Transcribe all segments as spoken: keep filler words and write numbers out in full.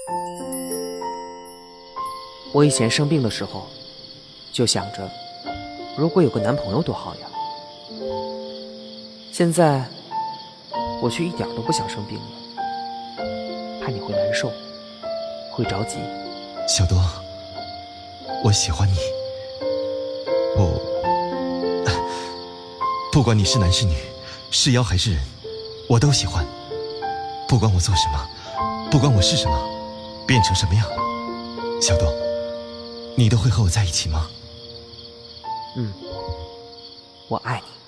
我以前生病的时候，就想着，如果有个男朋友多好呀。现在，我却一点都不想生病了，怕你会难受，会着急。 小多，我喜欢你。不，不管你是男是女，是妖还是人，我都喜欢。不管我做什么，不管我是什么，变成什么样，小多，你都会和我在一起吗？ 嗯，我爱你。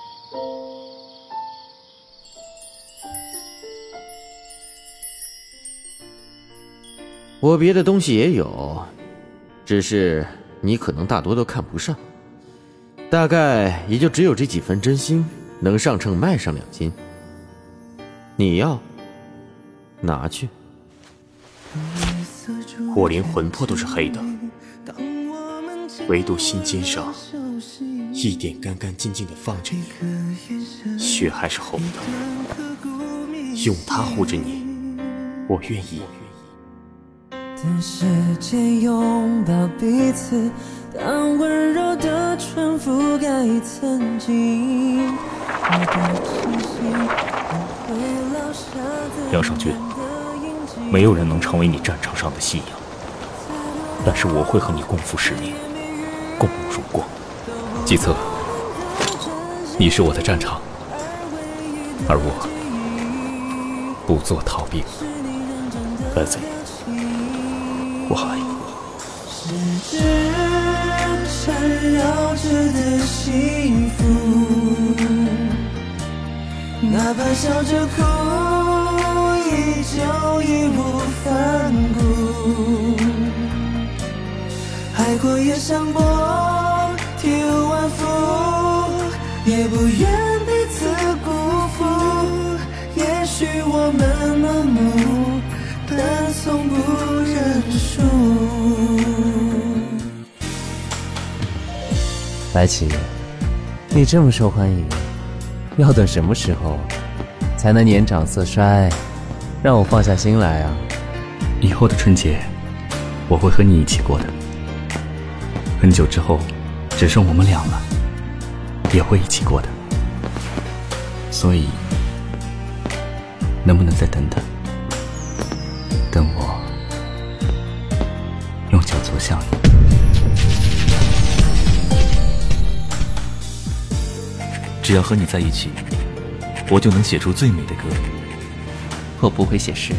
我别的东西也有，只是你可能大多都看不上，大概也就只有这几分真心能上秤卖上两斤。你要拿去。 我连魂魄都是黑的，唯独心尖上一点干干净净的放着你，血还是红的，用它护着你，我愿意。 等时间拥抱彼此，当温柔的春覆盖曾经。 梁尚君，没有人能成为你战场上的信仰，但是我会和你共赴十年，共舞如光。季策，你是我的战场，而我不做逃兵。儿子，我爱你。 是缠绕着的幸福，哪怕笑着哭，依旧义无反顾。爱过也伤过，体无完肤，也不愿彼此辜负。也许我们盲目，但从不认输。 白起，你这么受欢迎，要等什么时候才能年长色衰，让我放下心来啊？ 以后的春节，我会和你一起过的。很久之后，只剩我们俩了，也会一起过的。所以，能不能再等等？等我用酒足向你。只要和你在一起，我就能写出最美的歌。 我不会写诗，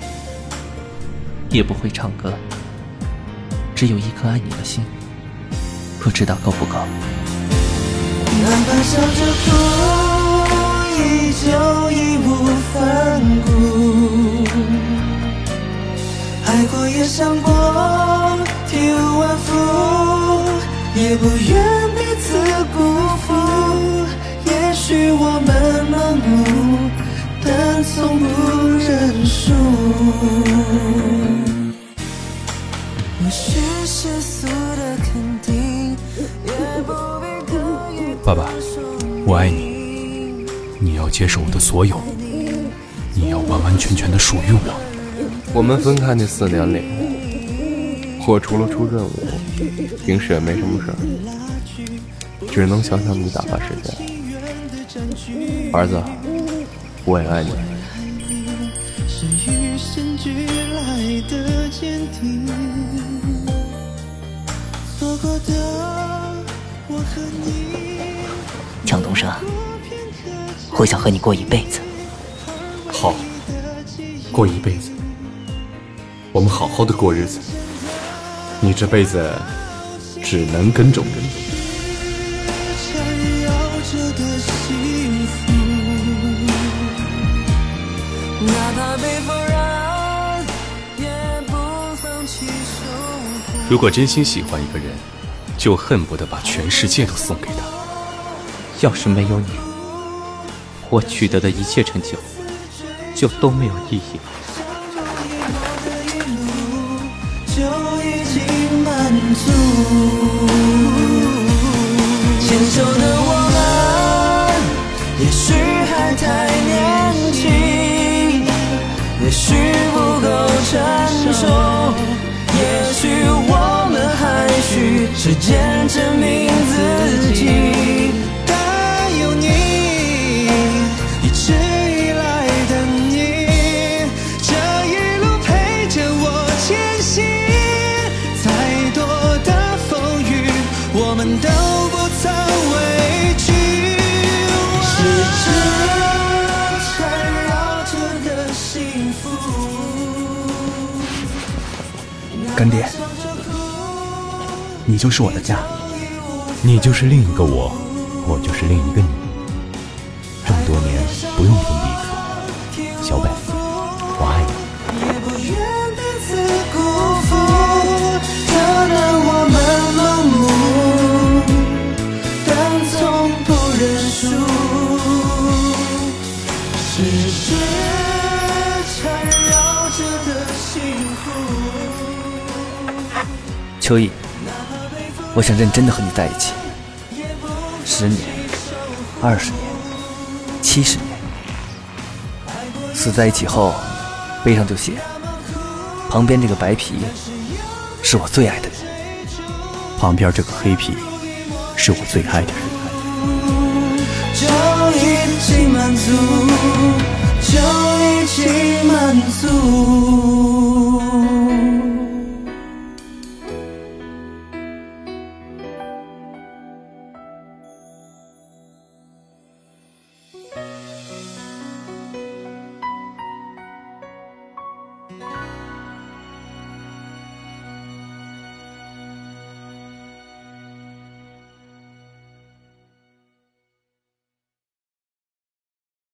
也不会唱歌，只有一颗爱你的心，不知道够不够。 哪怕笑着哭，依旧义无反顾。爱过也伤过，体无完肤，也不愿彼此辜负。也许我们盲目，但从不认输。或许世俗的肯定，也不必刻意。 爸爸，我爱你，你要接受我的所有，你要完完全全的属于我。 我们分开那四年里，我除了出任务，平时也没什么事儿，只能想想你打发时间。儿子，我也爱你。 是与生俱来的坚定，错过的我和你。 蒋东升，我想和你过一辈子。 好，过一辈子，我们好好的过日子。你这辈子只能跟着我。如果真心喜欢一个人，就恨不得把全世界都送给他。 要是没有你，我取得的一切成就就都没有意义了。 就已经满足，牵手的我们，也许还太年轻，也许不够成时间证明自己。但有你，一直以来的你，这一路陪着我前行。再多的风雨，我们都不曾畏惧。是这缠绕着的幸福。 干爹，你就是我的家， 你就是另一个我，我就是另一个你。这么多年不用分彼此，小北，我爱你。 也不愿彼此辜负，可能我们盲目，但从不认输。是这缠绕着的幸福。 秋意，我想认真的和你在一起，十年、二十年、七十年，死在一起后，碑上就写，旁边这个白皮是我最爱的人， 旁边这个黑皮是我最爱的人。 就一起满足，就一起满足。